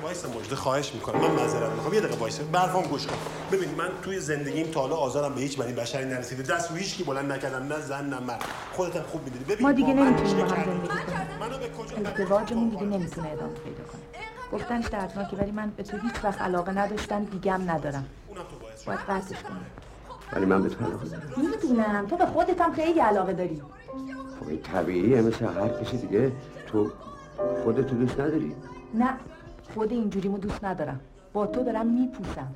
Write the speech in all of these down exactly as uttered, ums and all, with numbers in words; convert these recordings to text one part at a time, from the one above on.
وایس مجده خواهش میکنم، من معذرت میخوام، یه دقیقه وایس، برفام گوش کن. ببین من توی زندگیم تا حالا آزارم به هیچ بنی بشری نرسیده، دست رو هیچ کی بلند نکردم، نه زن نه مرد. خودت هم خوب میدونی. ببین ما دیگه نمیتونیم با هم زندگی کنیم. ازدواجمون دیگه نمیتونه ادامه پیدا کنه. گفتنش دردناکه ولی من به تو هیچ وقت علاقه نداشتم، دیگم ندارم. باید قطعش کنم. ولی من به تو علاقه دارم. میدونم تو به خودت هم خیلی علاقه داری. خب این طبیعیه، مثل هر کسی دیگه. تو خودت تو دوست نداری؟ نه، خود اینجوریمو دوست ندارم. با تو دارم میپوسم.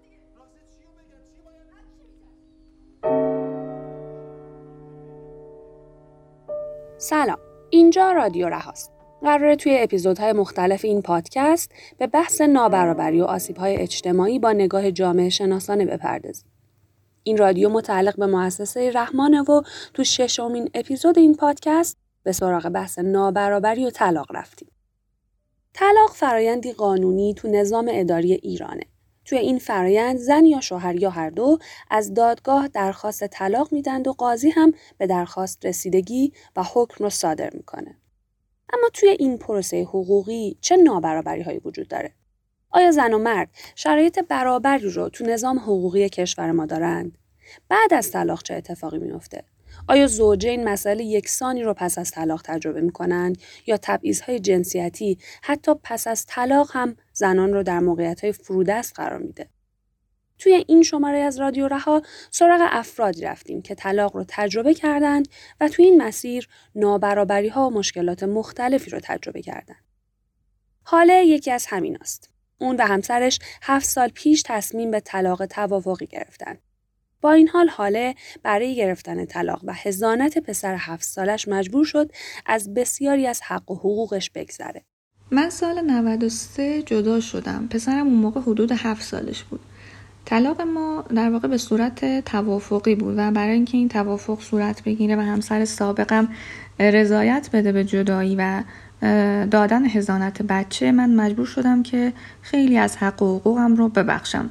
سلام، اینجا رادیو رهاست. قراره توی اپیزودهای مختلف این پادکست به بحث نابرابری و آسیب‌های اجتماعی با نگاه جامعه شناسانه بپردازیم. این رادیو متعلق به مؤسسه رحمانه و تو ششمین اپیزود این پادکست به سراغ بحث نابرابری و طلاق رفتیم. طلاق فرایندی قانونی تو نظام اداری ایرانه. توی این فرایند زن یا شوهر یا هر دو از دادگاه درخواست طلاق میدن و قاضی هم به درخواست رسیدگی و حکم رو صادر میکنه. اما توی این پروسه حقوقی چه نابرابری هایی وجود داره؟ آیا زن و مرد شرایط برابری رو تو نظام حقوقی کشور ما دارند؟ بعد از طلاق چه اتفاقی میفته؟ آیا زوجین مسائل یکسانی رو پس از طلاق تجربه می‌کنند یا تبعیض‌های جنسیتی حتی پس از طلاق هم زنان رو در موقعیت‌های فرودست قرار میده؟ توی این شماره از رادیو رها سراغ افرادی رفتیم که طلاق رو تجربه کردند و توی این مسیر نابرابری‌ها و مشکلات مختلفی رو تجربه کردند. حاله یکی از همیناست. اون و همسرش هفت سال پیش تصمیم به طلاق توافقی گرفتن. با این حال حاله برای گرفتن طلاق و حضانت پسر هفت سالش مجبور شد از بسیاری از حق و حقوقش بگذره. من سال نود و سه جدا شدم. پسرم اون موقع حدود هفت سالش بود. طلاق ما در واقع به صورت توافقی بود و برای اینکه این توافق صورت بگیره و همسر سابقم رضایت بده به جدایی و دادن حضانت بچه، من مجبور شدم که خیلی از حق و حقوقم رو ببخشم.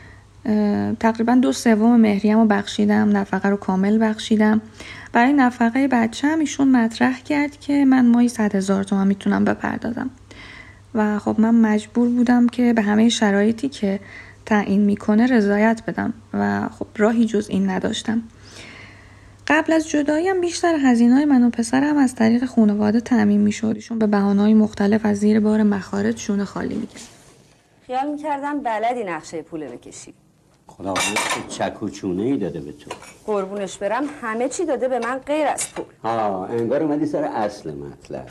تقریبا دو سوم مهریم رو بخشیدم، نفقه رو کامل بخشیدم. برای نفقه بچه هم ایشون مطرح کرد که من ماهی صد هزار تومان میتونم بپردازم و خب من مجبور بودم که به همه شرایطی که تعیین میکنه رضایت بدم و خب راهی جز این نداشتم. قبل از جدایی هم بیشتر هزینه‌های من و پسرم از طریق خانواده تامین میشد. ایشون به بهانه‌های مختلف از زیر بار مخارج شونه خالی میکرد. خیال میکردم بلدی نقشه پول بکشی. خدا چک و چونه ای داده به تو. قربونش برم همه چی داده به من غیر از پول. ها انگار اومدی سر اصل مطلب.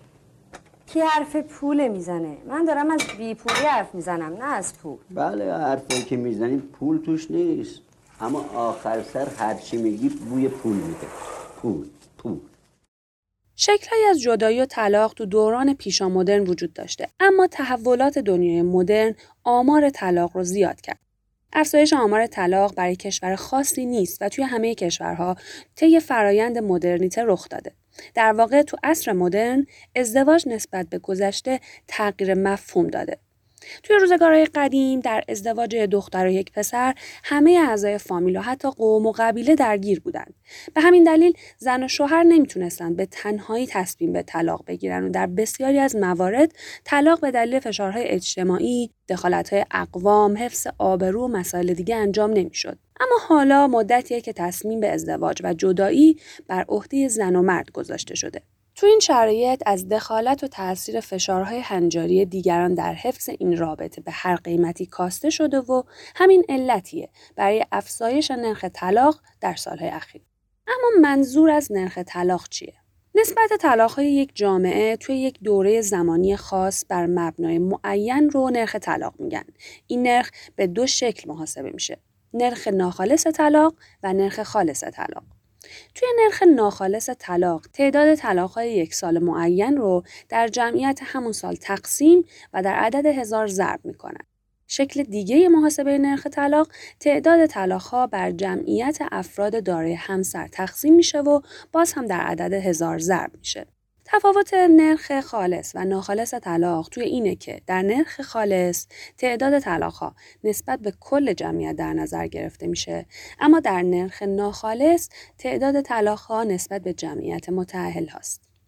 کی حرف پول میزنه؟ من دارم از بی پولی حرف میزنم، نه از پول. بله حرفی که میزنی پول توش نیست، اما آخر سر هر چی میگی بوی پول میده. پول پول. شکل‌هایی از جدایی و طلاق تو دوران پیشا مدرن وجود داشته، اما تحولات دنیای مدرن آمار طلاق رو زیاد کرد. افزایش آمار طلاق برای کشور خاصی نیست و توی همه کشورها طی فرایند مدرنیته رخ داده. در واقع تو عصر مدرن ازدواج نسبت به گذشته تغییر مفهوم داده. توی روزگارهای قدیم در ازدواج دختر و یک پسر همه اعضای فامیل و حتی قوم و قبیله درگیر بودند. به همین دلیل زن و شوهر نمیتونستند به تنهایی تصمیم به طلاق بگیرن و در بسیاری از موارد طلاق به دلیل فشارهای اجتماعی، دخالت‌های اقوام، حفظ آبرو و مسائل دیگه انجام نمیشد. اما حالا مدتیه که تصمیم به ازدواج و جدایی بر عهده زن و مرد گذاشته شده. تو این شرایط از دخالت و تأثیر فشارهای هنجاری دیگران در حفظ این رابطه به هر قیمتی کاسته شده و همین علتیه برای افزایش نرخ طلاق در سالهای اخیر. اما منظور از نرخ طلاق چیه؟ نسبت طلاق‌های یک جامعه توی یک دوره زمانی خاص بر مبنای معین رو نرخ طلاق میگن. این نرخ به دو شکل محاسبه میشه: نرخ ناخالص طلاق و نرخ خالص طلاق. توی نرخ ناخالص طلاق تعداد طلاق‌های یک سال معین رو در جمعیت همون سال تقسیم و در عدد هزار ضرب می‌کنن. شکل دیگه محاسبه نرخ طلاق تعداد طلاق‌ها بر جمعیت افراد دارای همسر تقسیم میشه و باز هم در عدد هزار ضرب میشه. تفاوت نرخ خالص و ناخالص طلاق توی اینه که در نرخ خالص تعداد طلاق‌ها نسبت به کل جمعیت در نظر گرفته میشه، اما در نرخ ناخالص تعداد طلاق‌ها نسبت به جمعیت متأهل هست.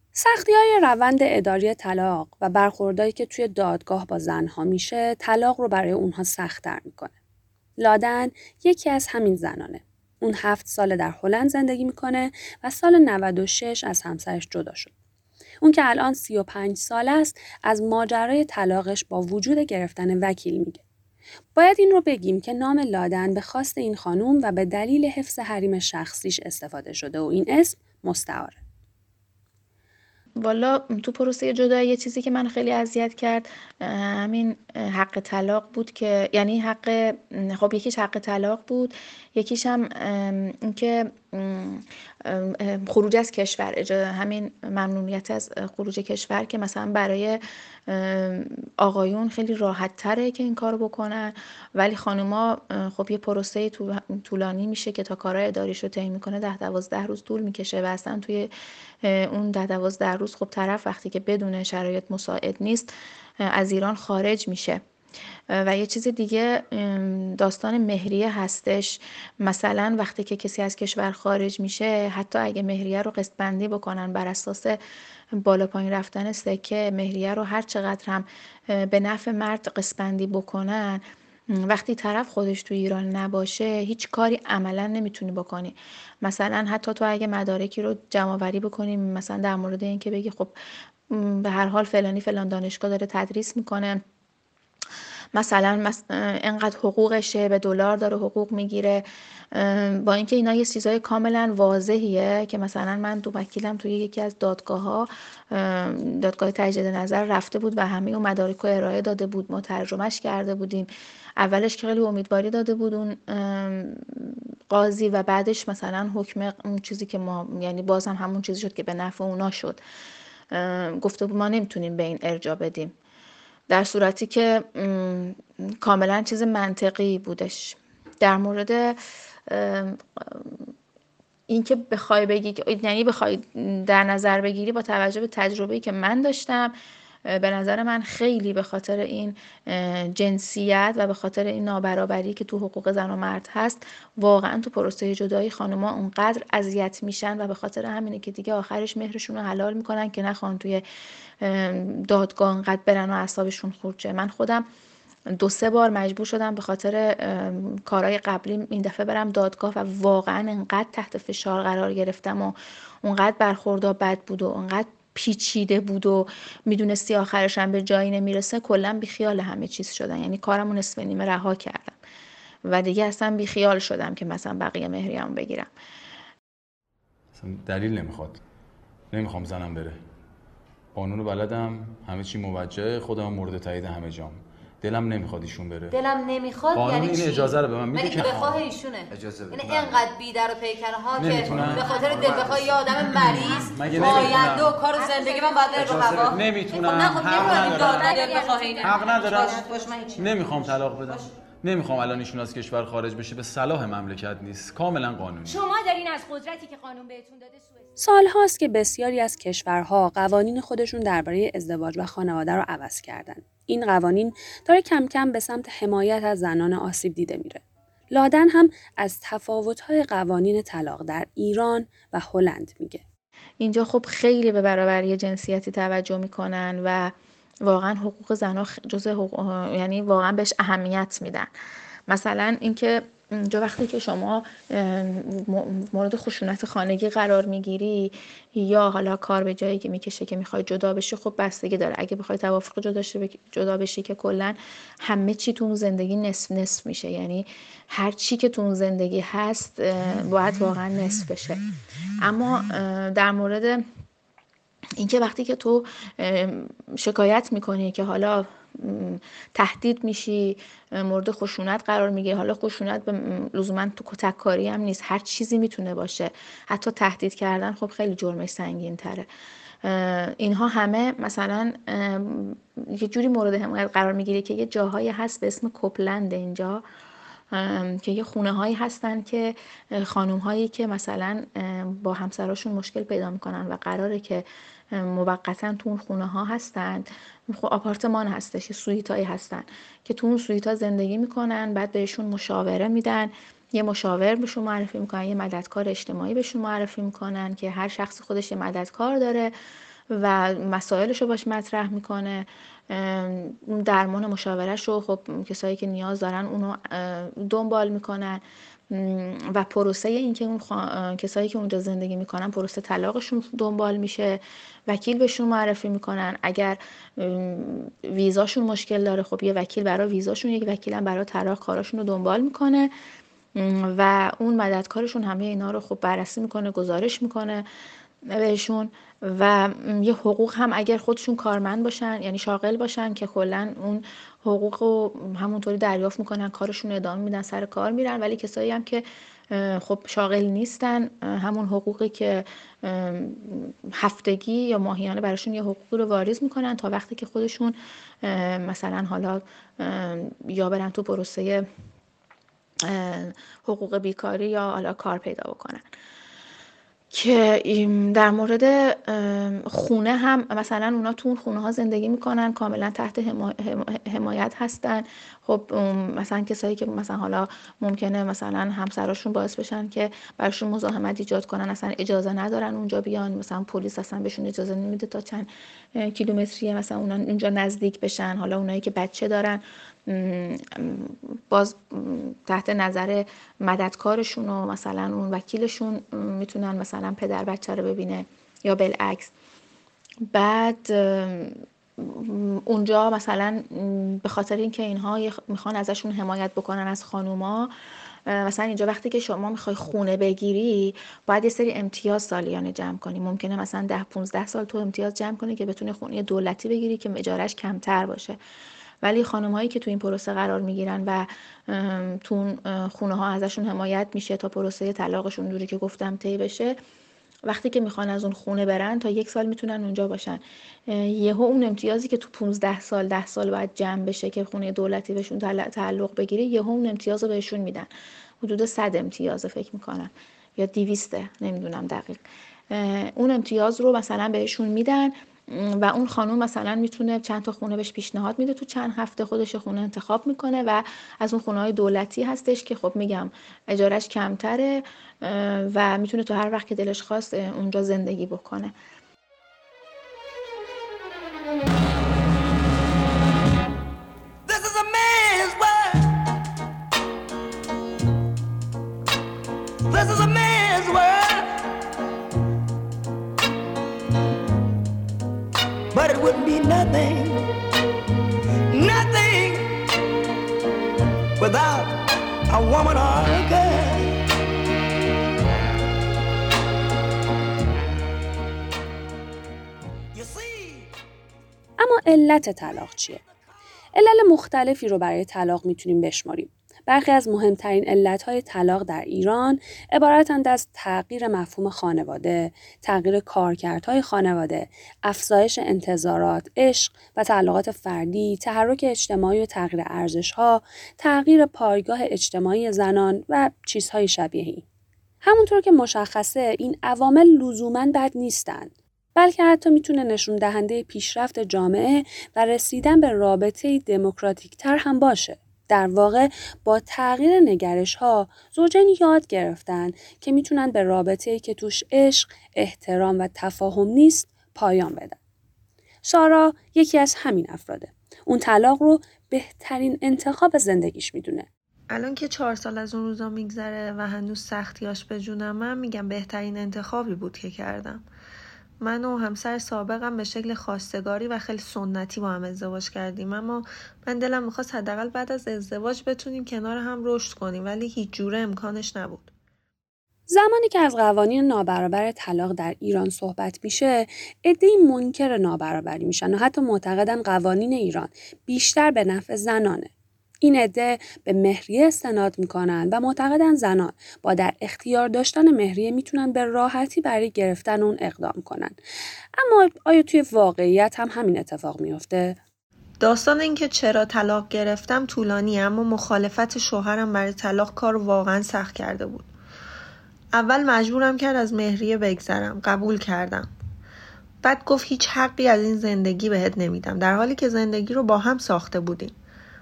سختی‌های روند اداری طلاق و برخوردایی که توی دادگاه با زنها میشه، طلاق رو برای اونها سخت‌تر میکنه. لادن یکی از همین زنانه. اون هفت سال در هلند زندگی میکنه و سال نود و شش از همسرش جدا شد. اون که الان سی و پنج ساله است، از ماجرای طلاقش با وجود گرفتن وکیل میگه. باید این رو بگیم که نام لادن به خواست این خانوم و به دلیل حفظ حریم شخصیش استفاده شده و این اسم مستعاره. والا تو پروسه جدایی یه چیزی که من خیلی اذیت کرد همین حق طلاق بود، که یعنی حق، خب یکیش حق طلاق بود، یکیش هم این که خروج از کشور، همین ممنوعیت از خروج کشور که مثلا برای آقایون خیلی راحت تره که این کارو بکنن، ولی خانوما خب یه پروسه طولانی میشه که تا کارهای اداریش رو طی میکنه ده دوازده روز طول میکشه و اصلا توی اون ده دوازده روز خب طرف وقتی که بدون شرایط مساعد نیست از ایران خارج میشه. و یه چیز دیگه داستان مهریه هستش. مثلا وقتی که کسی از کشور خارج میشه، حتی اگه مهریه رو قسط بندی بکنن بر اساس بالا پایین رفتن سکه، مهریه رو هر چقدر هم به نفع مرد قسط بندی بکنن، وقتی طرف خودش تو ایران نباشه هیچ کاری عملا نمیتونی بکنی. مثلا حتی تو اگه مدارکی رو جمع آوری بکنی، مثلا در مورد این که بگی خب به هر حال فلانی فلان دانشگاه داره تدریس میکنه، مثلا انقدر حقوقشه، به دلار داره حقوق میگیره، با اینکه اینا یه چیزای کاملا واضحیه که مثلا من تو وکیلم توی یکی از دادگاه ها، دادگاه تجدید نظر رفته بود و همه اون مدارک رو ارائه داده بود، ما ترجمهش کرده بودیم. اولش که خیلی امیدواری داده بود اون قاضی و بعدش مثلا حکم اون چیزی که ما، یعنی باز هم همون چیزی شد که به نفع اونا شد، گفته بود ما نمیتونیم به این ارجاع بدیم، در صورتی که کاملا چیز منطقی بودش. در مورد این که بخوای بگی، یعنی بخوای در نظر بگیری با توجه به تجربه‌ای که من داشتم، به نظر من خیلی به خاطر این جنسیت و به خاطر این نابرابری که تو حقوق زن و مرد هست، واقعا تو پروسه جدایی خانوما اونقدر اذیت میشن و به خاطر همینه که دیگه آخرش مهرشون رو حلال میکنن که نخوان توی دادگاه انقدر برن و اعصابشون خورد شه. من خودم دو سه بار مجبور شدم به خاطر کارهای قبلی این دفعه برم دادگاه و واقعا انقدر تحت فشار قرار گرفتم و اونقدر برخوردها بد بود و انقدر پیچیده بود و میدونستی آخرش هم به جایی نمیرسه، کلا بیخیال همه چیز شدن. یعنی کارمو نصف نیمه رها کردم و دیگه اصلا بیخیال شدم که مثلا بقیه مهریه‌مو بگیرم. اصلا دلیل نمیخواد، نمیخوام زنم بره، قانونو بلدم، همه چی موجهه، خودم مورد تایید همه جام، دلم نمیخواد ایشون بره. دلم نمیخواد یعنی این اجازه رو به من میده که بخواه ایشونه. اجازه بده. یعنی انقدر بی‌در و پیکره ها که نمیتونم. به خاطر دل بخواه یه آدم مریض مگه آینده و کار زندگی من باید بره رو هوا. نمیتونم. حق ندارم. حق ندارم. نمیخوام طلاق بدم. نمیخوام الان ایشون از کشور خارج بشه، به صلاح مملکت نیست، کاملا قانونی. شما دارین از قدرتی که قانون بهتون داده سوء سال هاست که بسیاری از کشورها قوانین خودشون درباره ازدواج و خانواده رو عوض کردن. این قوانین داره کم کم به سمت حمایت از زنان آسیب دیده میره. لادن هم از تفاوت‌های قوانین طلاق در ایران و هلند میگه. اینجا خب خیلی به برابری جنسیتی توجه میکنن و واقعا حقوق زنها جزء حقوق، یعنی واقعا بهش اهمیت میدن. مثلا اینکه اینجا وقتی که شما مورد خشونت خانگی قرار میگیری یا حالا کار به جایی که میکشه که میخوای جدا بشی، خب بستگی داره. اگه بخوای توافق جدا بشی جدا بشی که کلا همه چی تو اون زندگی نصف نصف میشه، یعنی هر چی که تو اون زندگی هست باید واقعا نصف بشه. اما در مورد اینکه وقتی که تو شکایت میکنی که حالا تهدید میشی، مورد خشونت قرار میگیری، حالا خشونت لزوما تو کتککاری هم نیست، هر چیزی میتونه باشه، حتی تهدید کردن خب خیلی جرمش سنگین تره. اینها همه مثلا یه جوری مورد حمایت قرار میگیری که یه جاهایی هست به اسم کوپلند اینجا که یه خونه هایی هستن که خانوم هایی که مثلا با همسراشون مشکل پیدا میکنن و قراره که موقتا تو اون خونه ها هستن، خب آپارتمان هستش، سویت هایی هستن که تو اون سویت ها زندگی میکنن، بعد بهشون مشاوره میدن، یه مشاور بهشون معرفی میکنن، یه مددکار اجتماعی بهشون معرفی میکنن که هر شخص خودش یه مددکار داره و مسائلش رو باش مطرح میکنه. اون درمان مشاورش رو خب کسایی که نیاز دارن اونو دنبال میکنن و پروسه این که اون خوا... کسایی که اونجا زندگی میکنن پروسه طلاقشون دنبال میشه، وکیل بهشون معرفی میکنن. اگر ویزاشون مشکل داره خب یه وکیل برای ویزاشون، یک وکیل هم برای طلاق کاراشون رو دنبال میکنه و اون مددکارشون همه اینا رو خب بررسی میکنه، گزارش میکنه بهشون. و یه حقوق هم اگر خودشون کارمند باشن یعنی شاغل باشن که کلا اون حقوق رو همونطوری دریافت میکنن، کارشون ادامه میدن، سر کار میرن. ولی کسایی هم که خب شاغل نیستن همون حقوقی که هفتگی یا ماهیانه براشون یه حقوق رو واریز میکنن تا وقتی که خودشون مثلا حالا یا برن تو پروسه حقوق بیکاری یا حالا کار پیدا بکنن. که در مورد خونه هم مثلا اونا تو اون خونه ها زندگی میکنن، کاملا تحت حمایت هستن. خب مثلا کسایی که مثلا حالا ممکنه مثلا همسراشون باعث بشن که براشون مزاحمت ایجاد کنن، اصلا اجازه ندارن اونجا بیان، مثلا پلیس اصلا بهشون اجازه نمیده تا چند کیلومتری مثلا اونا اونجا نزدیک بشن. حالا اونایی که بچه دارن باز تحت نظر مددکارشون و مثلا اون وکیلشون میتونن مثلا پدر بچه رو ببینه یا بالعکس. بعد اونجا مثلا به خاطر اینکه اینها میخوان ازشون حمایت بکنن از خانوما، مثلا اینجا وقتی که شما میخوای خونه بگیری باید یه سری امتیاز سالیانه جمع کنی. ممکنه مثلا ده پونزده سال تو امتیاز جمع کنی که بتونی خونه دولتی بگیری که اجارش کمتر باشه. ولی خانم‌هایی که تو این پروسه قرار میگیرن و تو خونه ها ازشون حمایت میشه تا پروسه طلاقشون جوری که گفتم طی بشه، وقتی که میخوان از اون خونه برن تا یک سال میتونن اونجا باشن. یهو اون امتیازی که تو پونزده سال ده سال باید جمع بشه که خونه دولتی بهشون تعلق بگیره، یهو اون امتیاز رو بهشون میدن. حدود صد امتیاز فکر میکنن یا دویسته، نمیدونم دقیق. اون امتیاز رو مثلا بهشون میدن و اون خانوم مثلا میتونه چند تا خونه بهش پیشنهاد میده، تو چند هفته خودش خونه انتخاب میکنه و از اون خونه های دولتی هستش که خب میگم اجارش کمتره و میتونه تو هر وقت که دلش خواست اونجا زندگی بکنه. This is a man's world. This is a man's world. But it wouldn't be nothing, nothing without a woman or a girl. You see. اما علت طلاق چیه؟ علل مختلفی رو برای طلاق میتونیم بشماریم. برخی از مهمترین علتهای طلاق در ایران عبارتند از تغییر مفهوم خانواده، تغییر کارکردهای خانواده، افزایش انتظارات، عشق و تعلقات فردی، تحرک اجتماعی و تغییر ارزش‌ها، تغییر پایگاه اجتماعی زنان و چیزهای شبیه‌ای. همونطور که مشخصه این عوامل لزوماً بد نیستند، بلکه حتی میتونه نشون دهنده پیشرفت جامعه و رسیدن به رابطه‌ای دموکراتیک‌تر هم باشه. در واقع با تغییر نگرش‌ها زوجین یاد گرفتن که میتونن به رابطه‌ای که توش عشق، احترام و تفاهم نیست پایان بدن. سارا یکی از همین افراده. اون طلاق رو بهترین انتخاب زندگیش میدونه. الان که چهار سال از اون روزا میگذره و هنوز سختیاش به جونم، من میگم بهترین انتخابی بود که کردم. من و همسر سابقم به شکل خواستگاری و خیلی سنتی با هم ازدواج کردیم، اما من دلم میخواست حداقل بعد از ازدواج بتونیم کنار هم رشد کنیم، ولی هیچ جوره امکانش نبود. زمانی که از قوانین نابرابر طلاق در ایران صحبت میشه، عده‌ای منکر نابرابری میشن و حتی معتقدن قوانین ایران بیشتر به نفع زنانه. این عده به مهریه استناد میکنن و معتقدن زنان با در اختیار داشتن مهریه میتونن به راحتی برای گرفتن اون اقدام کنن. اما آیا توی واقعیت هم همین اتفاق میفته؟ داستان این که چرا طلاق گرفتم طولانی، اما مخالفت شوهرم برای طلاق کار واقعا سخت کرده بود. اول مجبورم کرد از مهریه بگذرم، قبول کردم. بعد گفت هیچ حقی از این زندگی بهت نمیدم، در حالی که زندگی رو با هم ساخته بودیم.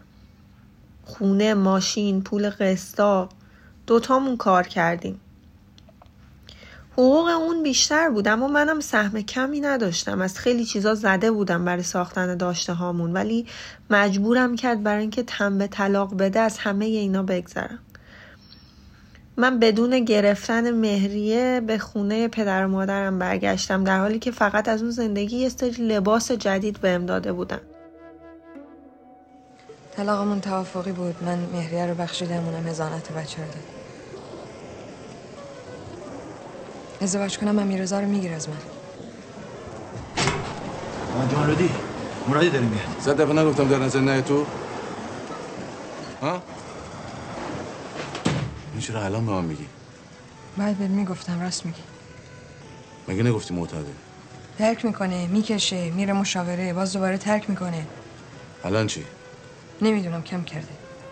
خونه، ماشین، پول قسطا، دوتامون کار کردیم. حقوق اون بیشتر بود، اما منم سهم کمی نداشتم. از خیلی چیزا زده بودم برای ساختن داشته هامون، ولی مجبورم کرد برای اینکه تنبه طلاق بده از همه اینا بگذرم. من بدون گرفتن مهریه به خونه پدر و مادرم برگشتم، در حالی که فقط از اون زندگی یه سری لباس جدید بهم داده بودن. طلاقمون توافقی بود. من مهریه رو بخشیدم، اونم هزانت بچه رو داد. ازدواج کنم امیررضا رو میگیر از من. من جان رودی مرادی داریم میاد. صد دفعه نگفتم در نظر نه تو؟ ها؟ این چرا الان به من میگی؟ باید بهت میگفتم، راست میگی. مگه نگفتی معتاده؟ ترک میکنه، میکشه، میره مشاوره، باز دوباره ترک میکنه. الان چی؟ نمیدونم، کم کرده.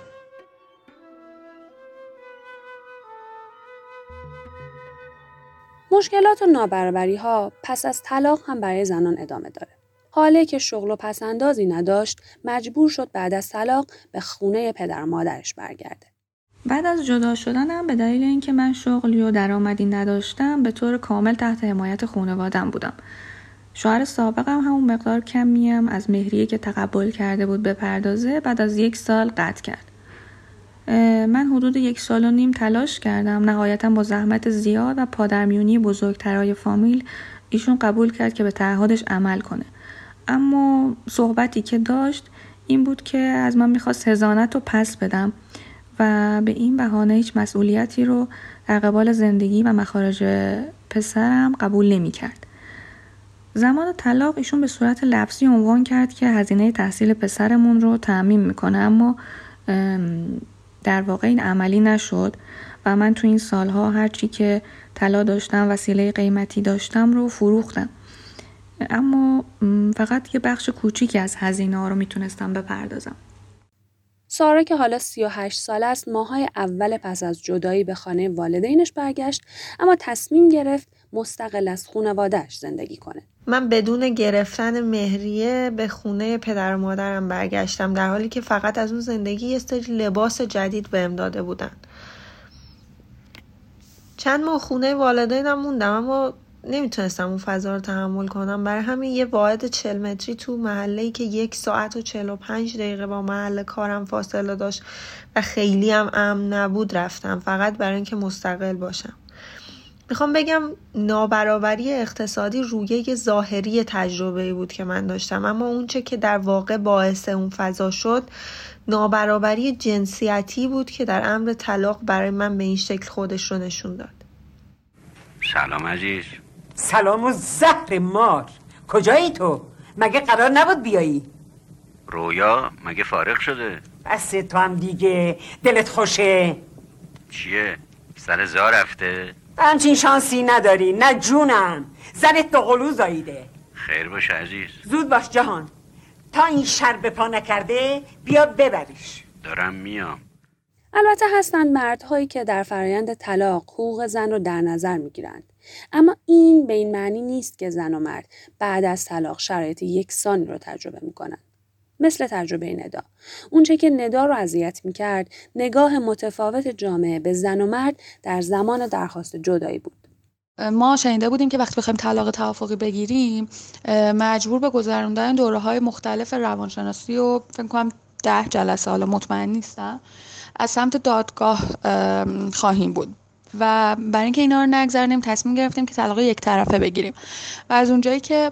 مشکلات و نابرابری ها پس از طلاق هم برای زنان ادامه داره. حاله که شغل و پسندازی نداشت، مجبور شد بعد از طلاق به خونه پدر و مادرش برگرده. بعد از جدا شدنم به دلیل اینکه من شغلی و درآمدی نداشتم، به طور کامل تحت حمایت خانواده‌ام بودم. شوهر سابقم همون مقدار کمی هم از مهریه که تقبل کرده بود بپردازه، بعد از یک سال قطع کرد. من حدود یک سال و نیم تلاش کردم، نهایتاً با زحمت زیاد و پادرمیونی بزرگترای فامیل ایشون قبول کرد که به تعهدش عمل کنه. اما صحبتی که داشت این بود که از من میخواست حضانت رو پس بدم و به این بهانه هیچ مسئولیتی رو در قبال زندگی و مخارج پسرم قبول نمی کرد. زمان طلاق ایشون به صورت لفظی عنوان کرد که هزینه تحصیل پسرمون رو تأمین میکنه، اما در واقع این عملی نشد و من تو این سالها هرچی که طلا داشتم، وسیله قیمتی داشتم رو فروختم. اما فقط یه بخش کوچیکی از هزینه ها رو میتونستم بپردازم. سارا که حالا سی و هشت ساله است، ماهای اول پس از جدایی به خانه والدینش برگشت، اما تصمیم گرفت مستقل از خانواده‌اش زندگی کنه. من بدون گرفتن مهریه به خونه پدر و مادرم برگشتم، در حالی که فقط از اون زندگی یه سری لباس جدید بهم داده بودن. چند ماه خونه والدینم موندم، اما نمیتونستم اون فضا رو تحمل کنم. برای همین یه واحد چهل متری تو محله‌ای که یک ساعت و چهل و پنج دقیقه با محل کارم فاصله داشت و خیلی هم امن نبود رفتم، فقط برای اینکه مستقل باشم. میخوام بگم نابرابری اقتصادی رویه ظاهری تجربه‌ای بود که من داشتم، اما اونچه که در واقع باعث اون فضا شد نابرابری جنسیتی بود که در امر طلاق برای من به این شکل خودش رو نشون داد. سلام عزیز. سلام و زهر مار. کجایی تو؟ مگه قرار نبود بیایی؟ رویا مگه فارغ شده؟ بس تو هم دیگه دلت خوشه. چیه؟ سر زا رفته؟ همچین شانسی نداری، نه جونم. زنت دو قلو زاییده. خیر باش عزیز. زود باش جهان، تا این شر به پا نکرده بیا ببریش. دارم میام. البته هستند مردهایی که در فرایند طلاق حقوق زن رو در نظر میگیرند، اما این به این معنی نیست که زن و مرد بعد از طلاق شرایط یکسانی رو تجربه میکنند. مثل تجربه ندا. اونچه که ندا رو اذیت میکرد، نگاه متفاوت جامعه به زن و مرد در زمان درخواست جدایی بود. ما شنیده بودیم که وقتی بخوایم طلاق توافقی بگیریم، مجبور به گذراندن دوره‌های مختلف روانشناسی و فکر کنم ده جلسه، حالا مطمئن نیستم، از سمت دادگاه خواهیم بود و برای اینکه اینا رو نگذرونیم تصمیم گرفتیم که طلاق یک طرفه بگیریم و از اونجایی که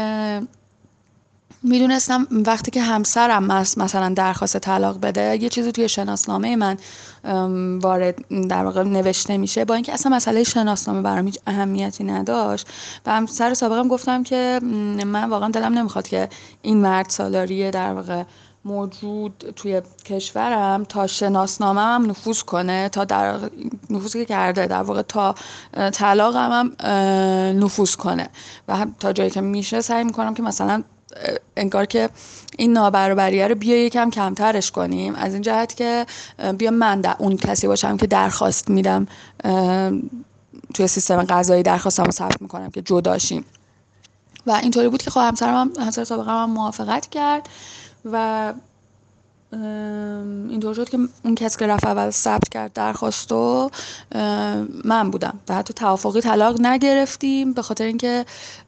میدونستم وقتی که همسرم مثلا درخواست طلاق بده یه چیزی توی شناسنامه من وارد در واقع نوشته میشه، با اینکه اصلا مسئله شناسنامه برام هیچ اهمیتی نداشت و همسر سابقم گفتم که من واقعا دلم نمیخواد که این مرد سالاری در واقع موجود توی کشورم تا شناسنامه هم نفوذ کنه، تا در نفوذ که کرده در واقع تا طلاقم هم نفوذ کنه و تا جایی که میشه سعی میکنم که مثلا انگار که این نابرابریه رو بیا یکم کمترش کنیم، از این جهت که بیا من در اون کسی باشم که درخواست میدم توی سیستم قضایی، درخواستم رو ثبت میکنم که جداشیم و اینطوری بود که خب همسرم هم همسر سابقم هم موافقت کرد و اینطور شد که اون کسی که رفت اول ثبت کرد درخواستو من بودم و حتی توافقی طلاق نگرفتیم به خاطر اینکه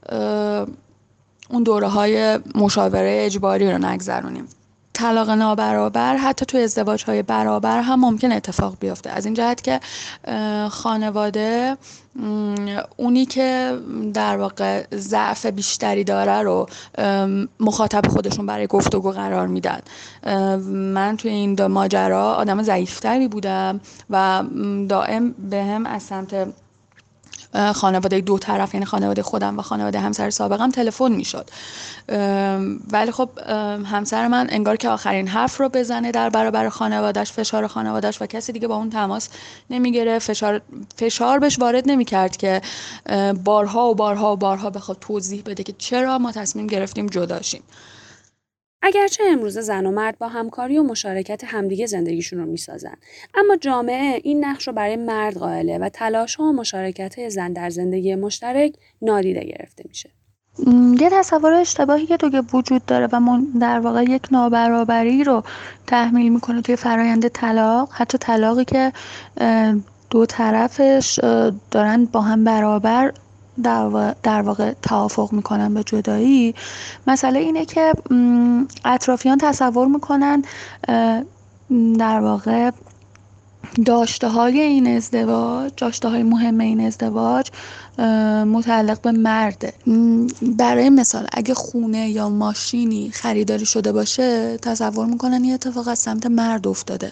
اون دوره های مشاوره اجباری رو نگذرونیم. طلاق نابرابر حتی تو ازدواج های برابر هم ممکن اتفاق بیفته، از این جهت که خانواده اونی که در واقع ضعف بیشتری داره رو مخاطب خودشون برای گفتگو قرار میدن. من توی این دو ماجرا آدم ضعیفتری بودم و دائم به هم از سمت خانواده دو طرف، یعنی خانواده خودم و خانواده همسر سابقم تلفن میشد، ولی خب همسر من انگار که آخرین حرف رو بزنه در برابر خانواده‌اش، فشار خانواده‌اش، و کسی دیگه با اون تماس نمیگیره، فشار فشار بهش وارد نمیکرد که بارها و بارها و بارها بخواد توضیح بده که چرا ما تصمیم گرفتیم جدا شیم. اگرچه امروزه زن و مرد با همکاری و مشارکت همدیگه زندگیشون رو میسازن، اما جامعه این نقش رو برای مرد قائله و تلاش‌ها و مشارکت زن در زندگی مشترک نادیده گرفته میشه. یه تصور اشتباهی که تو که وجود داره و من در واقع یک نابرابری رو تحمیل میکنه توی فرایند طلاق، حتی طلاقی که دو طرفش دارن با هم برابر در واقع, در واقع توافق میکنن به جدایی. مسئله اینه که اطرافیان تصور میکنن در واقع داشته های این ازدواج، داشته های مهم این ازدواج متعلق به مرده. برای مثال اگه خونه یا ماشینی خریداری شده باشه تصور میکنن یه اتفاق از سمت مرد افتاده.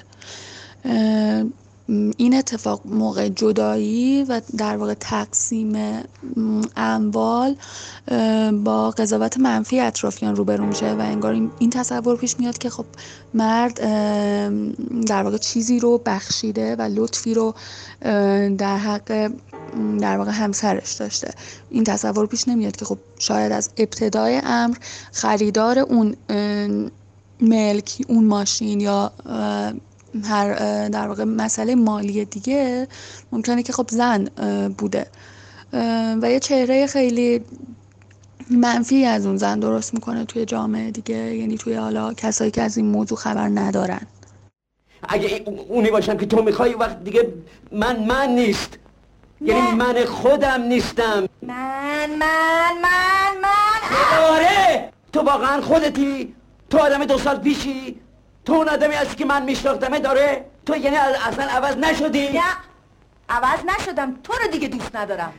این اتفاق موقع جدایی و در واقع تقسیم اموال با قضاوت منفی اطرافیان روبرو میشه و انگار این تصور پیش میاد که خب مرد در واقع چیزی رو بخشیده و لطفی رو در حق در واقع همسرش داشته. این تصور پیش نمیاد که خب شاید از ابتدای امر خریدار اون ملک، اون ماشین یا هر در واقع مسئله مالی دیگه ممکنه که خب زن بوده و یه چهره خیلی منفی از اون زن درست میکنه توی جامعه دیگه، یعنی توی حالا کسایی که از این موضوع خبر ندارن. اگه اونی باشم که تو میخوای وقت دیگه من من نیست، یعنی من خودم نیستم. من من من من آره تو واقعا خودتی؟ تو آدم دو سال پیشی؟ تو اون آدمی هستی که من میشناختمه داره؟ تو یعنی اصلا عوض نشدی؟ نه عوض نشدم، تو رو دیگه دوست ندارم.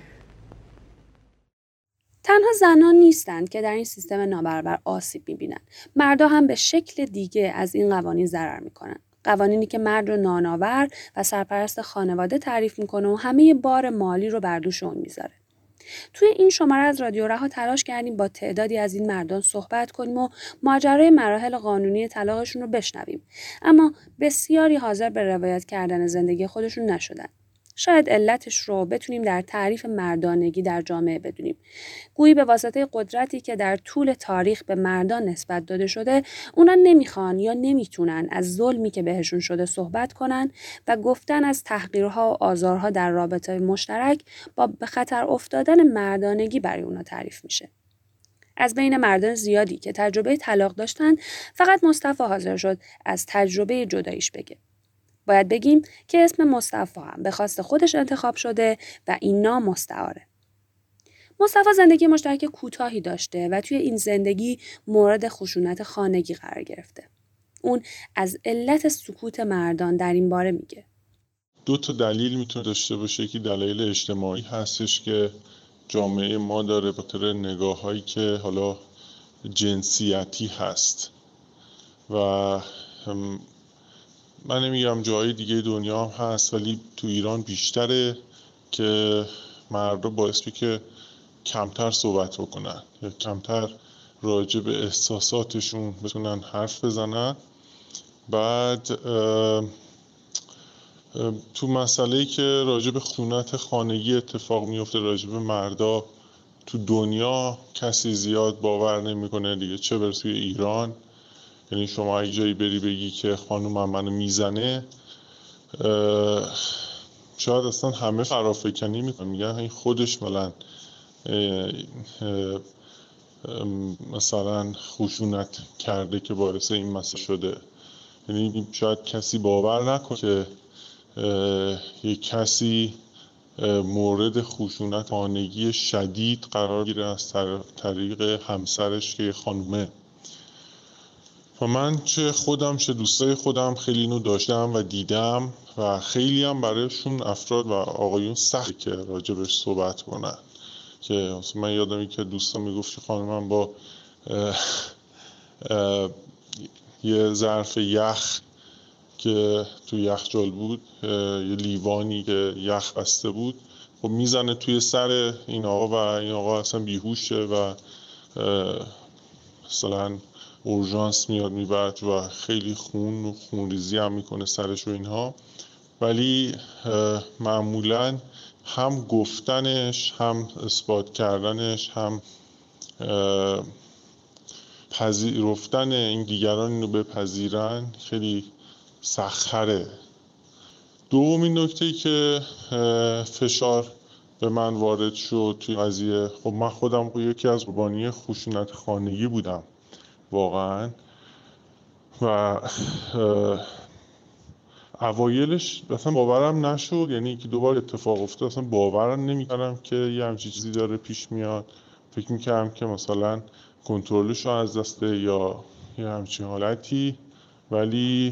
تنها زنان نیستند که در این سیستم نابرابر آسیب میبینند. مردا هم به شکل دیگه از این قوانین ضرر میکنن. قوانینی که مرد رو نانآور و سرپرست خانواده تعریف میکنه و همه بار مالی رو بر دوش اون میذاره. توی این شماره از رادیو رها تلاش کردیم با تعدادی از این مردان صحبت کنیم و ماجرای مراحل قانونی طلاقشون رو بشنویم، اما بسیاری حاضر به روایت کردن زندگی خودشون نشدن. شاید علتش رو بتونیم در تعریف مردانگی در جامعه بدونیم. گویی به واسطه قدرتی که در طول تاریخ به مردان نسبت داده شده، اونا نمیخوان یا نمیتونن از ظلمی که بهشون شده صحبت کنن و گفتن از تحقیرها و آزارها در رابطه مشترک با به خطر افتادن مردانگی برای اونا تعریف میشه. از بین مردان زیادی که تجربه طلاق داشتن، فقط مصطفی حاضر شد از تجربه جداییش بگه. باید بگیم که اسم مصطفی هم به خواست خودش انتخاب شده و این نام مستعاره. مصطفی زندگی مشترک کوتاهی داشته و توی این زندگی مورد خشونت خانگی قرار گرفته. اون از علت سکوت مردان در این باره میگه. دو تا دلیل میتونه داشته باشه. یکی دلایل اجتماعی هستش که جامعه ما داره به خاطر نگاه‌هایی که حالا جنسیتی هست و من نمیگم جای دیگه دنیا هم هست، ولی تو ایران بیشتره که مردا باعث میشه که کمتر صحبت بکنن یا کمتر راجع به احساساتشون بتونن حرف بزنن. بعد تو مسئله‌ای که راجع به خشونت خانگی اتفاق میفته راجع به مردا تو دنیا کسی زیاد باور نمیکنه دیگه، چه برسه توی ایران. یعنی شما اگه جایی بری بگی که خانومم منو میزنه، شاید اصلا همه فرافکنی میکنن، میگن این خودش ملن مثلا خشونت کرده که باعث این مسئله شده. یعنی شاید کسی باور نکنه که یک کسی مورد خشونت خانگی شدید قرار گیره از طریق همسرش که خانومه. و من چه خودم چه دوستای خودم خیلی اینو داشتم و دیدم و خیلی هم برایشون افراد و آقایون سخته که راجبش صحبت کنن. که من یادم که دوستان میگفت که خانومم با اه اه یه ظرف یخ که تو یخچال بود، یه لیوانی که یخ بسته بود، خب میزنه توی سر این آقا و این آقا اصلا بیهوشه و مثلا اورژانس میاد میبرد و خیلی خون و خونریزی هم میکنه سرش و اینها. ولی معمولا هم گفتنش، هم اثبات کردنش، هم پذیرفتن این دیگران اینو بپذیرن خیلی سخت‌تره. دومین نکته‌ای که فشار به من وارد شد توی قضیه، خب من خودم یکی از قربانی خشونت خانگی بودم واقعا و اوایلش اصلا باورم نشد، یعنی که دوبار اتفاق افتاد اصلا باورم نمی‌کردم که یه همچین چیزی داره پیش میاد. فکر می‌کردم که مثلا کنترلش رو از دست بده یا یه همچین حالتی. ولی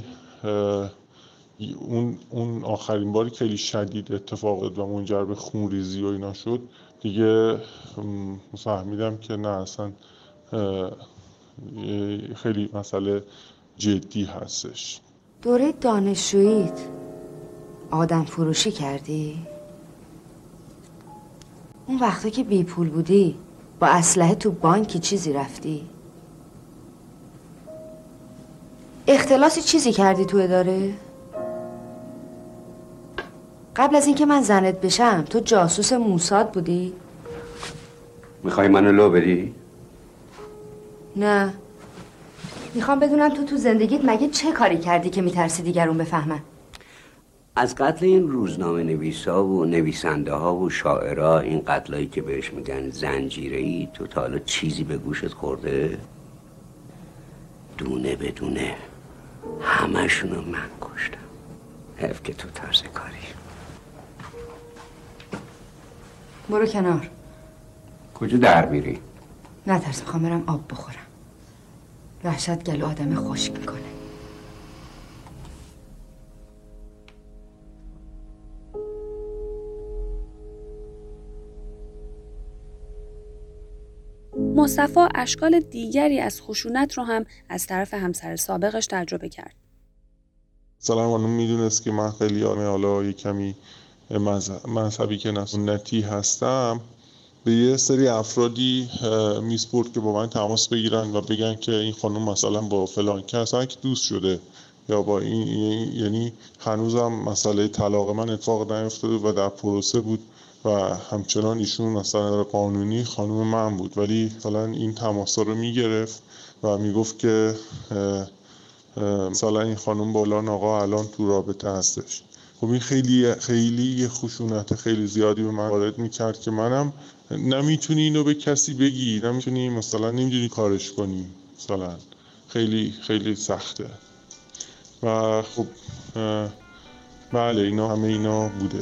اون اون آخرین باری که خیلی شدید اتفاق افتاد و منجر به خونریزی و اینا شد، دیگه فهمیدم که نه اصلا خیلی مسئله جدی هستش. دوره دانشجوییت آدم فروشی کردی؟ اون وقتا که بی پول بودی با اسلحه تو بانکی چیزی رفتی؟ اختلاسی چیزی کردی تو اداره؟ قبل از اینکه من زنت بشم تو جاسوس موساد بودی؟ میخوای منو لو بدی؟ نه، میخوام بدونم تو تو زندگیت مگه چه کاری کردی که میترسی دیگرون بفهمن؟ از قتل این روزنامه نویسا و نویسنده ها و شاعرها، این قتلایی که بهش میگن زنجیره‌ای، تو تا حالا چیزی به گوشت خورده؟ دونه بدونه همشونو من کشتم. حیف که تو طرز کاری. برو کنار. کجا در میری؟ نترس، میخوام برم آب بخورم. وحشت گلو آدم خشک میکنه. مصطفی اشکال دیگری از خشونت رو هم از طرف همسر سابقش تجربه کرد. مثلا اون میدونست که من خیلی حالا یه کمی مذهبی که سنتی هستم، به یه سری افرادی میسپرد که با من تماس بگیرن و بگن که این خانم مثلا با فلان کس که دوست شده یا با این، یعنی هنوزم مسئله طلاق من اتفاق نیفتاده و در پروسه بود و همچنان ایشون مثلا قانونی خانم من بود، ولی مثلا این تماسا رو میگرفت و میگفت که مثلا این خانم با فلان آقا الان تو رابطه هستش. خب این خیلی خیلی یه خشونت خیلی زیادی به من وارد میکرد که منم نمیتونی اینو به کسی بگی، نمیتونی مثلا نمیدونی کارش کنی، مثلا خیلی خیلی سخته. و خب بله اینا همه اینا بوده.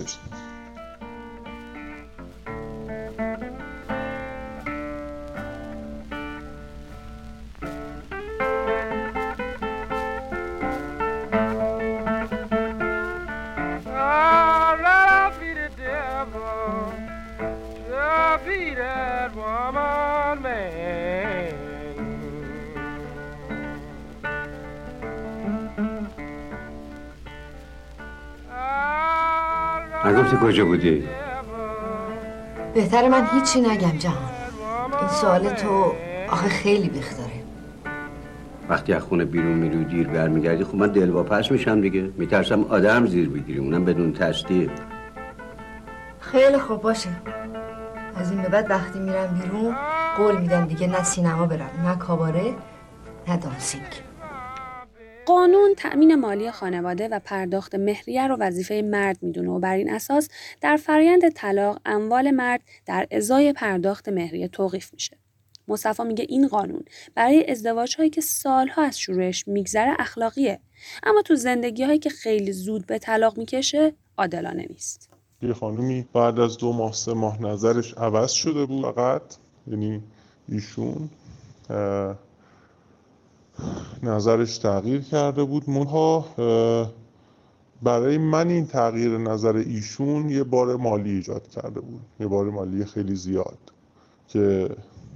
نگفتی کجا بودی؟ بهتره من هیچی نگم جهان. این سوال تو آخه خیلی بیخ داره. وقتی از خونه بیرون میری و دیر برمیگردی، خب من دلواپس میشم دیگه. میترسم آدم زیر بگیری، اونم بدون تصدیق. خیلی خوب باشه. از این به بعد وقتی میرم بیرون قول میدم دیگه نه سینما برم، نه کاباره، نه دانسینگ. قانون تأمین مالی خانواده و پرداخت مهریه رو وظیفه مرد میدونه و بر این اساس در فرآیند طلاق اموال مرد در ازای پرداخت مهریه توقیف میشه. مصطفی میگه این قانون برای ازدواج‌هایی که سالها از شروعش میگذره اخلاقیه، اما تو زندگی‌هایی که خیلی زود به طلاق میکشه عادلانه نیست. یه خانومی بعد از دو ماه سه ماه نظرش عوض شده بود فقط، یعنی ایشون نظرش تغییر کرده بود. منها برای من این تغییر نظر ایشون یه بار مالی ایجاد کرده بود، یه بار مالی خیلی زیاد که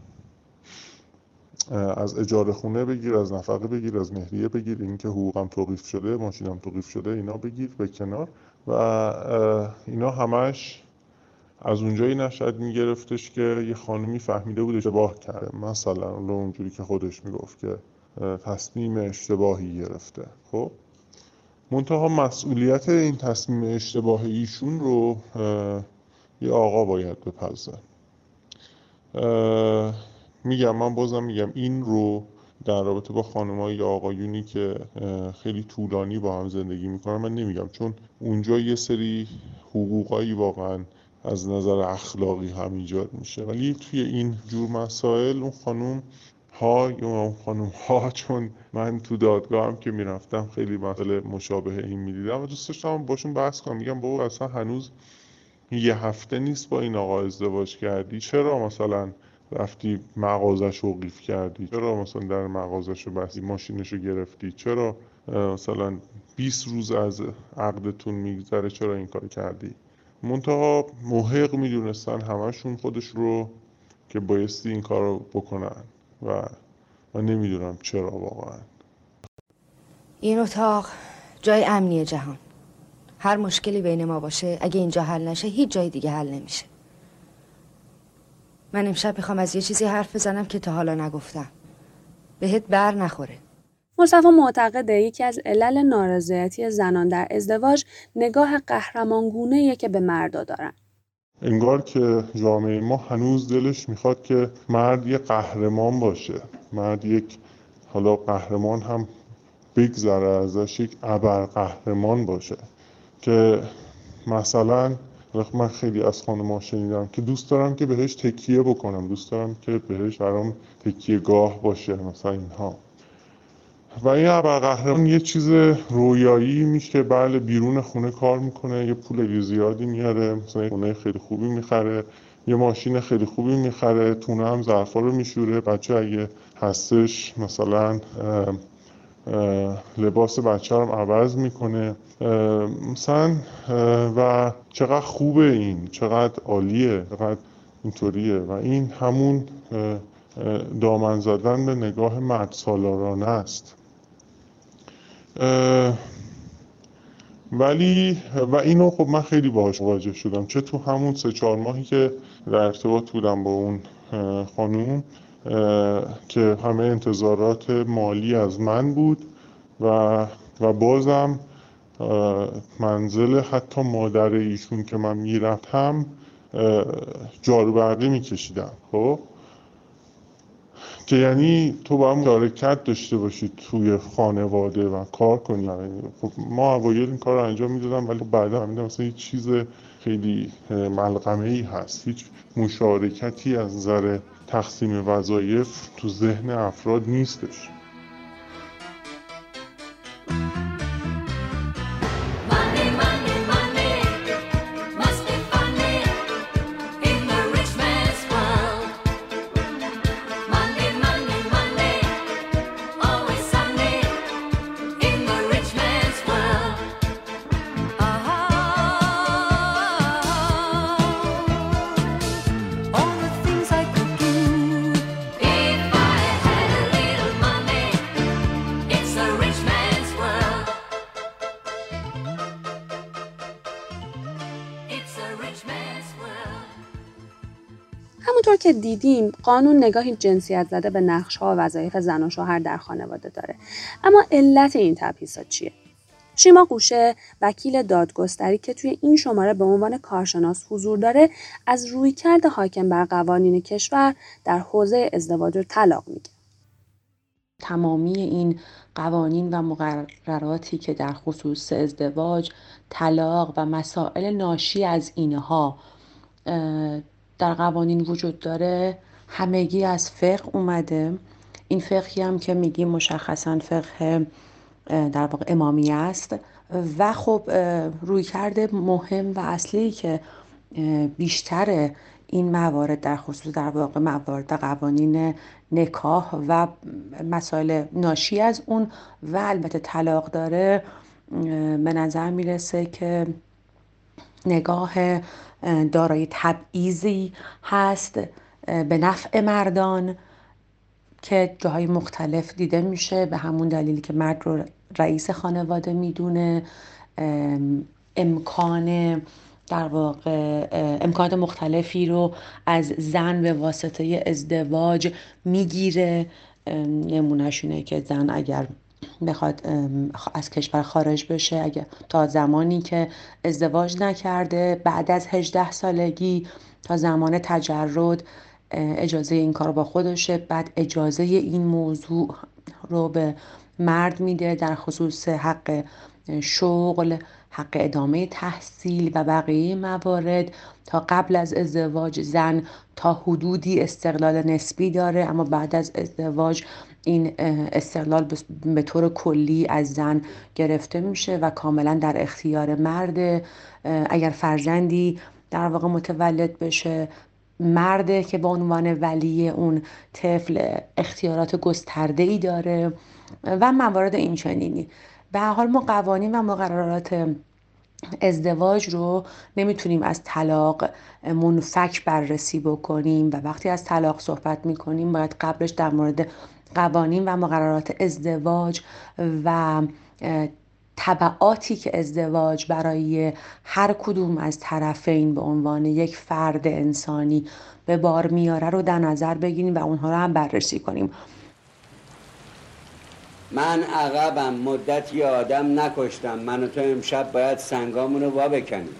از اجاره خونه بگیر، از نفقه بگیر، از مهریه بگیر، این که حقوقم توقیف شده، ماشینم توقیف شده، اینا بگیر به کنار و اینا همش از اونجایی نشأت میگرفتش که یه خانمی فهمیده بود اشتباه کرده، مثلا اونجوری که خودش میگفت که تصمیم اشتباهی گرفته. خب منتها مسئولیت این تصمیم اشتباه ایشون رو یه آقا باید بپذه. میگم من بازم میگم این رو در رابطه با خانم‌های یا آقایونی که خیلی طولانی با هم زندگی میکنن من نمیگم، چون اونجا یه سری حقوقایی واقعا از نظر اخلاقی هم ایجاد میشه، ولی توی این جور مسائل اون خانم ها یا اون خانم ها، چون من تو دادگاه هم که میرفتم خیلی مسئله مشابه این میدیدم و دوست داشتم باشون بحث کنم. میگم بابا اصلا هنوز یه هفته نیست با این آقا ازدواج کردی، چرا مثلا رفتی مغازش رو قیف کردی؟ چرا مثلا در مغازش رو بستی؟ ماشینش رو گرفتی؟ چرا مثلا بیست روز از عقدتون میگذره؟ چرا این کار کردی؟ منتها محق میدونستن همشون خودش رو که بایستی این کار رو بکنن و من نمیدونم چرا واقعا. این اتاق جای امنی جهان. هر مشکلی بین ما باشه اگه اینجا حل نشه هیچ جای دیگه حل نمیشه. من امشب میخوام از یه چیزی حرف بزنم که تا حالا نگفتم. بهت بر نخوره. مصطفی معتقده یکی از علل نارضایتی زنان در ازدواج نگاه قهرمانگونه‌ایه که به مردا دارن. انگار که جامعه ما هنوز دلش میخواد که مرد یه قهرمان باشه، مرد یک حالا قهرمان هم بگذره ازش، یک ابر قهرمان باشه که مثلا من خیلی از خانم‌ها شنیدم که دوست دارم که بهش تکیه بکنم، دوست دارم که بهش برام تکیه گاه باشه مثلا اینها. و این ابرقهرمان یه چیز رویایی میشه که بله بیرون خونه کار میکنه، یه پول زیادی میاره، مثلا یه خونه خیلی خوبی میخره، یه ماشین خیلی خوبی میخره، تونه هم ظرفا رو میشوره، بچه اگه هستش مثلا اه اه لباس بچه رو عوض میکنه مثلا و چقدر خوبه این، چقدر عالیه، چقدر اینطوریه و این همون دامن زدن به نگاه مرد سالارانه است. ولی و اینو خب من خیلی باهاش مواجه شدم، چه تو همون سه چهار ماهی که در ارتباط بودم با اون خانوم که همه انتظارات مالی از من بود و و بازم منزل حتی مادر ایشون که من میرفتم جارو برقی میکشیدم. خب که یعنی تو با هم مشارکت داشته باشید توی خانواده و کار کنی. خب ما اوایل این کار رو انجام میدادم ولی بعدا فهمیدم مثلا یه چیز خیلی ملغمه‌ای هست، هیچ مشارکتی از نظر تقسیم وظایف تو ذهن افراد نیستش. همونطور که دیدیم قانون نگاهی جنسیت زده به نقش‌ها و وظایف زن و شوهر در خانواده داره. اما علت این تبعیضات چیه؟ شیما قوشه، وکیل دادگستری که توی این شماره به عنوان کارشناس حضور داره، از رویکرد حاکم بر قوانین کشور در حوزه ازدواج و طلاق میگه. تمامی این قوانین و مقرراتی که در خصوص ازدواج، طلاق و مسائل ناشی از اینها در قوانین وجود داره همگی از فقه اومده. این فقهی هم که میگیم مشخصا فقه در واقع امامی است و خب روی کرده مهم و اصلی که بیشتر این موارد در خصوص در واقع موارد قوانین نکاح و مسائل ناشی از اون و البته طلاق داره، به نظر میرسه که نگاه دارای تبعیضی هست به نفع مردان که جاهای مختلف دیده میشه، به همون دلیلی که مرد رو رئیس خانواده میدونه، امکان در واقع امکانات مختلفی رو از زن به واسطه ازدواج میگیره. نمونهش اینه که زن اگر بخواد از کشور خارج بشه، اگر تا زمانی که ازدواج نکرده بعد از هجده سالگی تا زمان تجرد اجازه این کار با خودشه، بعد اجازه این موضوع رو به مرد میده در خصوص حق شغل، حق ادامه تحصیل و بقیه موارد. تا قبل از ازدواج زن تا حدودی استقلال نسبی داره، اما بعد از ازدواج این استقلال به طور کلی از زن گرفته میشه و کاملا در اختیار مرده. اگر فرزندی در واقع متولد بشه، مرده که به عنوان ولی اون طفل اختیارات گسترده‌ای داره و موارد این چنینی. به هر حال ما قوانین و مقررات ازدواج رو نمیتونیم از طلاق منفک بررسی بکنیم و وقتی از طلاق صحبت میکنیم باید قبلش در مورد قوانین و مقررات ازدواج و تبعاتی که ازدواج برای هر کدوم از طرفین به عنوان یک فرد انسانی به بار میاره رو در نظر بگیریم و اونها رو هم بررسی کنیم. من عقبم، مدتی آدم نکشتم. من و تو امشب باید سنگامون رو وا بکنیم.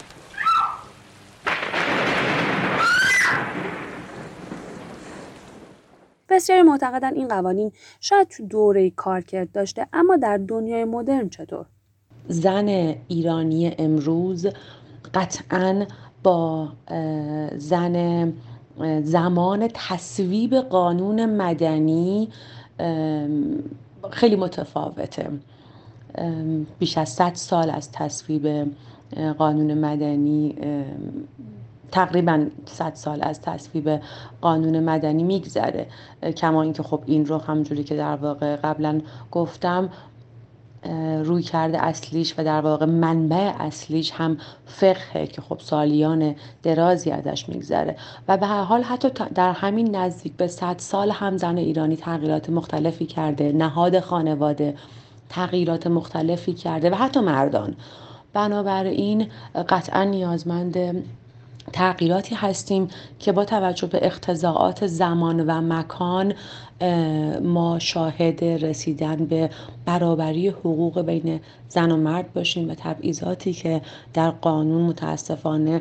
بسیاری معتقدن این قوانین شاید تو دوره کارکرد داشته، اما در دنیای مدرن چطور؟ زن ایرانی امروز قطعاً با زن زمان تصویب قانون مدنی خیلی متفاوته. بیش از صد سال از تصویب قانون مدنی، تقریبا صد سال از تصویب قانون مدنی میگذره. کما اینکه خب این رو همونجوری که در واقع قبلا گفتم روی کرده اصلیش و در واقع منبع اصلیش هم فقهه که خب سالیان درازی ازش میگذره و به هر حال حتی در همین نزدیک به صد سال هم زن ایرانی تغییرات مختلفی کرده، نهاد خانواده تغییرات مختلفی کرده و حتی مردان. بنابراین قطعا نیازمند تغییراتی هستیم که با توجه به اقتضاعات زمان و مکان ما شاهد رسیدن به برابری حقوق بین زن و مرد باشیم و تبعیضاتی که در قانون متاسفانه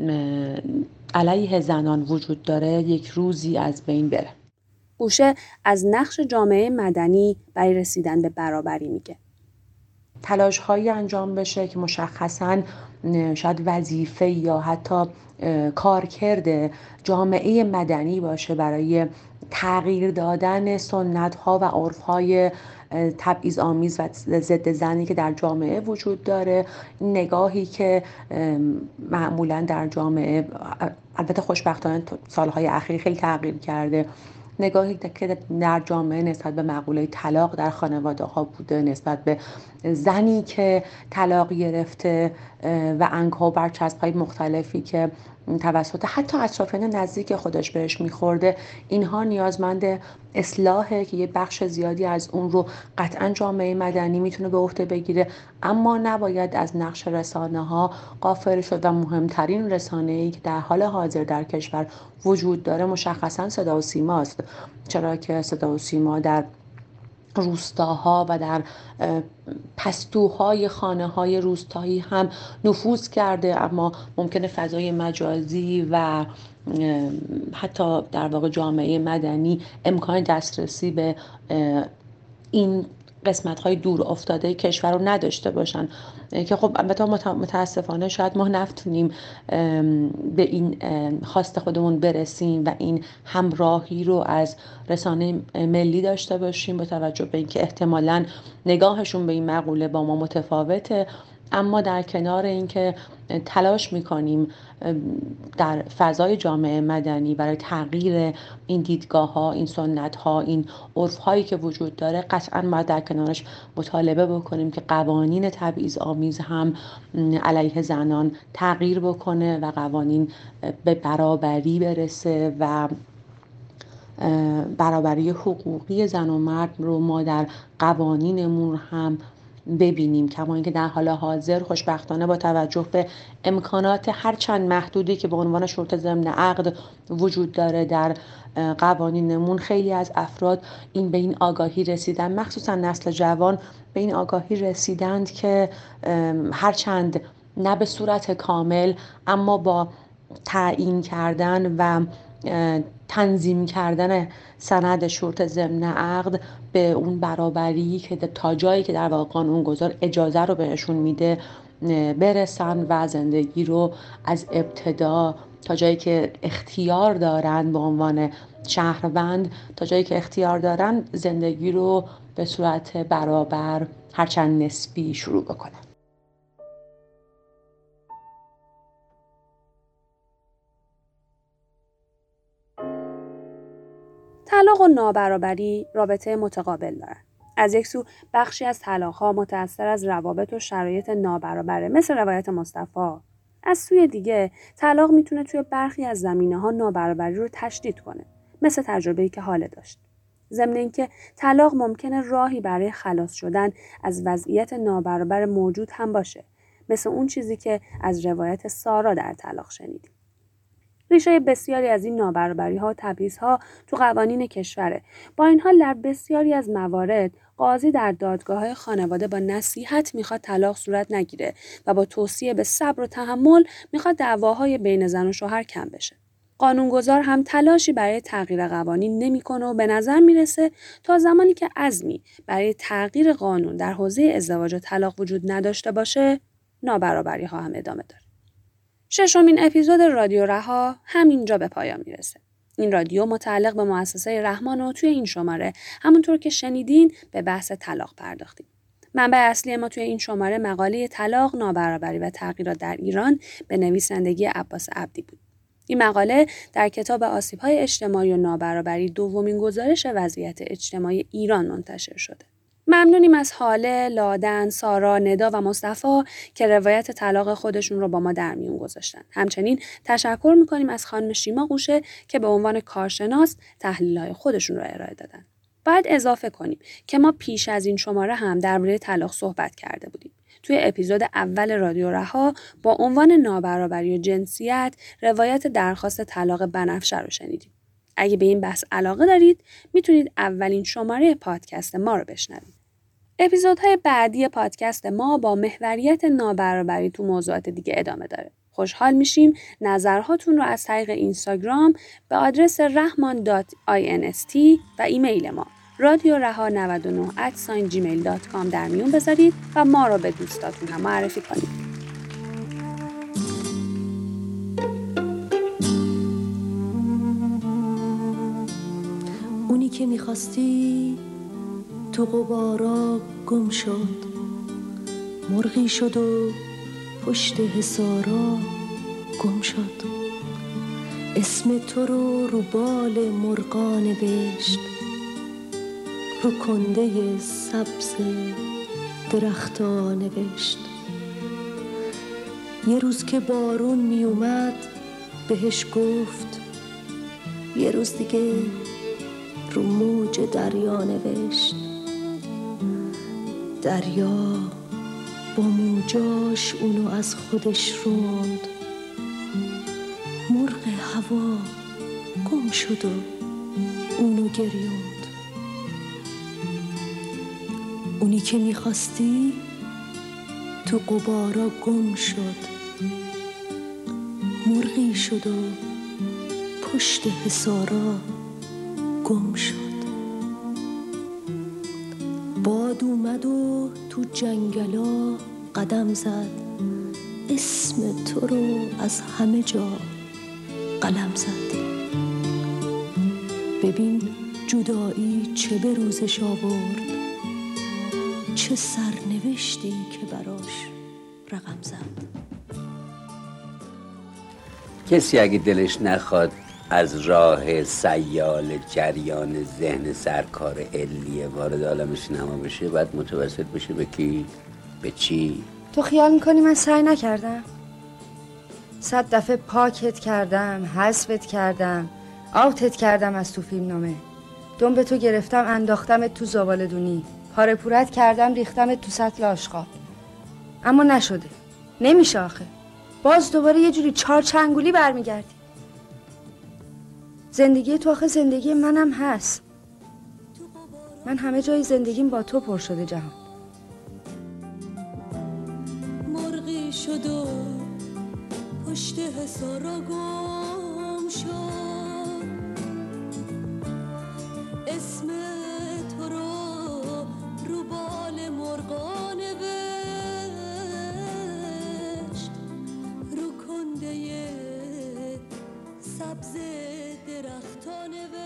علیه زنان وجود داره یک روزی از بین بره. بوشه از نقش جامعه مدنی برای رسیدن به برابری میگه. تلاش هایی انجام بشه که مشخصاً شاید وظیفه یا حتی کارکرد جامعه مدنی باشه برای تغییر دادن سنت ها و عرف های تبعیض آمیز و ضد زنی که در جامعه وجود داره. نگاهی که معمولاً در جامعه، البته خوشبختانه سالهای اخیر خیلی تغییر کرده، نگاهی که در جامعه نسبت به مقوله طلاق در خانواده ها بوده، نسبت به زنی که طلاق گرفته و انگ‌ها و برچسب‌های مختلفی که توسط حتی اطرافیان نزدیک خودش بهش میخورده، اینها نیازمند اصلاحه که یه بخش زیادی از اون رو قطعا جامعه مدنی میتونه به عهده بگیره، اما نباید از نقش رسانه ها غافل شد و مهمترین رسانه‌ای که در حال حاضر در کشور وجود داره مشخصا صدا و سیماست. چرا که صدا و سیما در روستاها و در پستوهای خانه‌های روستایی هم نفوذ کرده، اما ممکنه فضای مجازی و حتی در واقع جامعه مدنی امکان دسترسی به این قسمت‌های دور افتاده کشور رو نداشته باشن که خب البته متاسفانه شاید ما نتونیم به این خواست خودمون برسیم و این همراهی رو از رسانه ملی داشته باشیم با توجه به اینکه احتمالاً نگاهشون به این مقوله با ما متفاوته. اما در کنار اینکه تلاش میکنیم در فضای جامعه مدنی برای تغییر این دیدگاه ها، این سنت ها، این عرف هایی که وجود داره، قطعا باید در کنارش مطالبه بکنیم که قوانین تبعیض آمیز هم علیه زنان تغییر بکنه و قوانین به برابری برسه و برابری حقوقی زن و مرد رو ما در قوانینمون هم ببینیم. کما اینکه در حال حاضر خوشبختانه با توجه به امکانات هرچند محدودی که به عنوان شروط ضمن عقد وجود داره در قوانینمون، خیلی از افراد این به این آگاهی رسیدن، مخصوصا نسل جوان به این آگاهی رسیدند که هرچند نه به صورت کامل اما با تعیین کردن و تنظیم کردن سند شروط ضمن عقد به اون برابری که تا جایی که در واقع قانونگذار اجازه رو بهشون میده برسن و زندگی رو از ابتدا تا جایی که اختیار دارن به عنوان شهروند، تا جایی که اختیار دارن زندگی رو به صورت برابر هرچند نسبی شروع بکنن. طلاق و نابرابری رابطه متقابل دارند. از یک سو بخشی از طلاق‌ها متأثر از روابط و شرایط نابرابره، مثل روایت مصطفی. از سوی دیگه طلاق میتونه توی برخی از زمینه‌ها نابرابری رو تشدید کنه، مثل تجربه‌ای که حاله داشت. ضمن اینکه طلاق ممکنه راهی برای خلاص شدن از وضعیت نابرابر موجود هم باشه، مثل اون چیزی که از روایت سارا در طلاق شنیدیم. ریشه بسیاری از این نابرابری‌ها و تبعیض‌ها تو قوانین کشوره. با این حال در بسیاری از موارد قاضی در دادگاه‌های خانواده با نصیحت میخواد طلاق صورت نگیره و با توصیه به صبر و تحمل میخواد دعواهای بین زن و شوهر کم بشه. قانونگذار هم تلاشی برای تغییر قوانین نمیکنه و به نظر میرسه تا زمانی که عزمی برای تغییر قانون در حوزه ازدواج و طلاق وجود نداشته باشه، نابرابری‌ها هم ادامه داره. ششمین اپیزود رادیو رها همینجا به پایان میرسه. این رادیو متعلق به مؤسسه رحمان و توی این شماره همونطور که شنیدین به بحث طلاق پرداختیم. منبع اصلی ما توی این شماره مقاله طلاق، نابرابری و تغییرات در ایران به نویسندگی عباس عبدی بود. این مقاله در کتاب آسیب‌های اجتماعی و نابرابری دومین گزارش وضعیت اجتماعی ایران منتشر شده. ممنونیم از هاله، لادن، سارا، ندا و مصطفی که روایت طلاق خودشون رو با ما در میون گذاشتن. همچنین تشکر میکنیم از خانم شیما قوشه که به عنوان کارشناس تحلیل‌های خودشون رو ارائه دادن. باید اضافه کنیم که ما پیش از این شماره هم درباره طلاق صحبت کرده بودیم. توی اپیزود اول رادیو رها با عنوان نابرابری و جنسیت روایت درخواست طلاق بنفشه رو شنیدیم. اگه به این بحث علاقه دارید میتونید اولین شماره پادکست ما رو بشنوید. اپیزودهای بعدی پادکست ما با محوریت نابرابری تو موضوعات دیگه ادامه داره. خوشحال میشیم نظرهاتون رو از طریق اینستاگرام به آدرس رحمان دات آی ان اس تی و ایمیل ما رادیو رها نود و نه ات جیمیل دات کام در میون بذارید و ما رو به دوستاتون هم معرفی کنید. اونی که میخواستی تو غبارا گم شد، مرغی شد و پشت حصارا گم شد. اسم تو رو رو بال مرغا نوشت، رو کنده سبز درختا نوشت. یه روز که بارون می اومد بهش گفت، یه روز دیگه رو موج دریا نوشت. دریا با موجاش اونو از خودش روند، مرغ هوا گم شد و اونو گریوند. اونی که میخواستی تو غبارا گم شد، مرغی شد و پشت حصارا گم شد. باد اومد و تو جنگلا قدم زد، اسم تو رو از همه جا قلم زد. ببین جدایی چه به روزش آورد، چه سرنوشتی که براش رقم زد. کسی اگه دلش نخواد از راه سیال جریان ذهن سرکار علیه وارد عالم سینما بشه، باید متوسط بشه به کی؟ به چی؟ تو خیال میکنی من سعی نکردم؟ صد دفعه پاکت کردم، حذفت کردم، آوتت کردم از تو فیلم نامه. دنب تو گرفتم انداختمت تو زباله دونی، پاره پورت کردم ریختمت تو سطل آشغال. اما نشده، نمیشه آخه. باز دوباره یه جوری چار چنگولی برمیگردی. زندگی تو آخه زندگی منم هست. من همه جای زندگیم با تو پر شده جهان. مرغی شد و پشت حصارا گم شد، اسم تو رو رو بال مرغا نوشت، رو کنده سبز درختان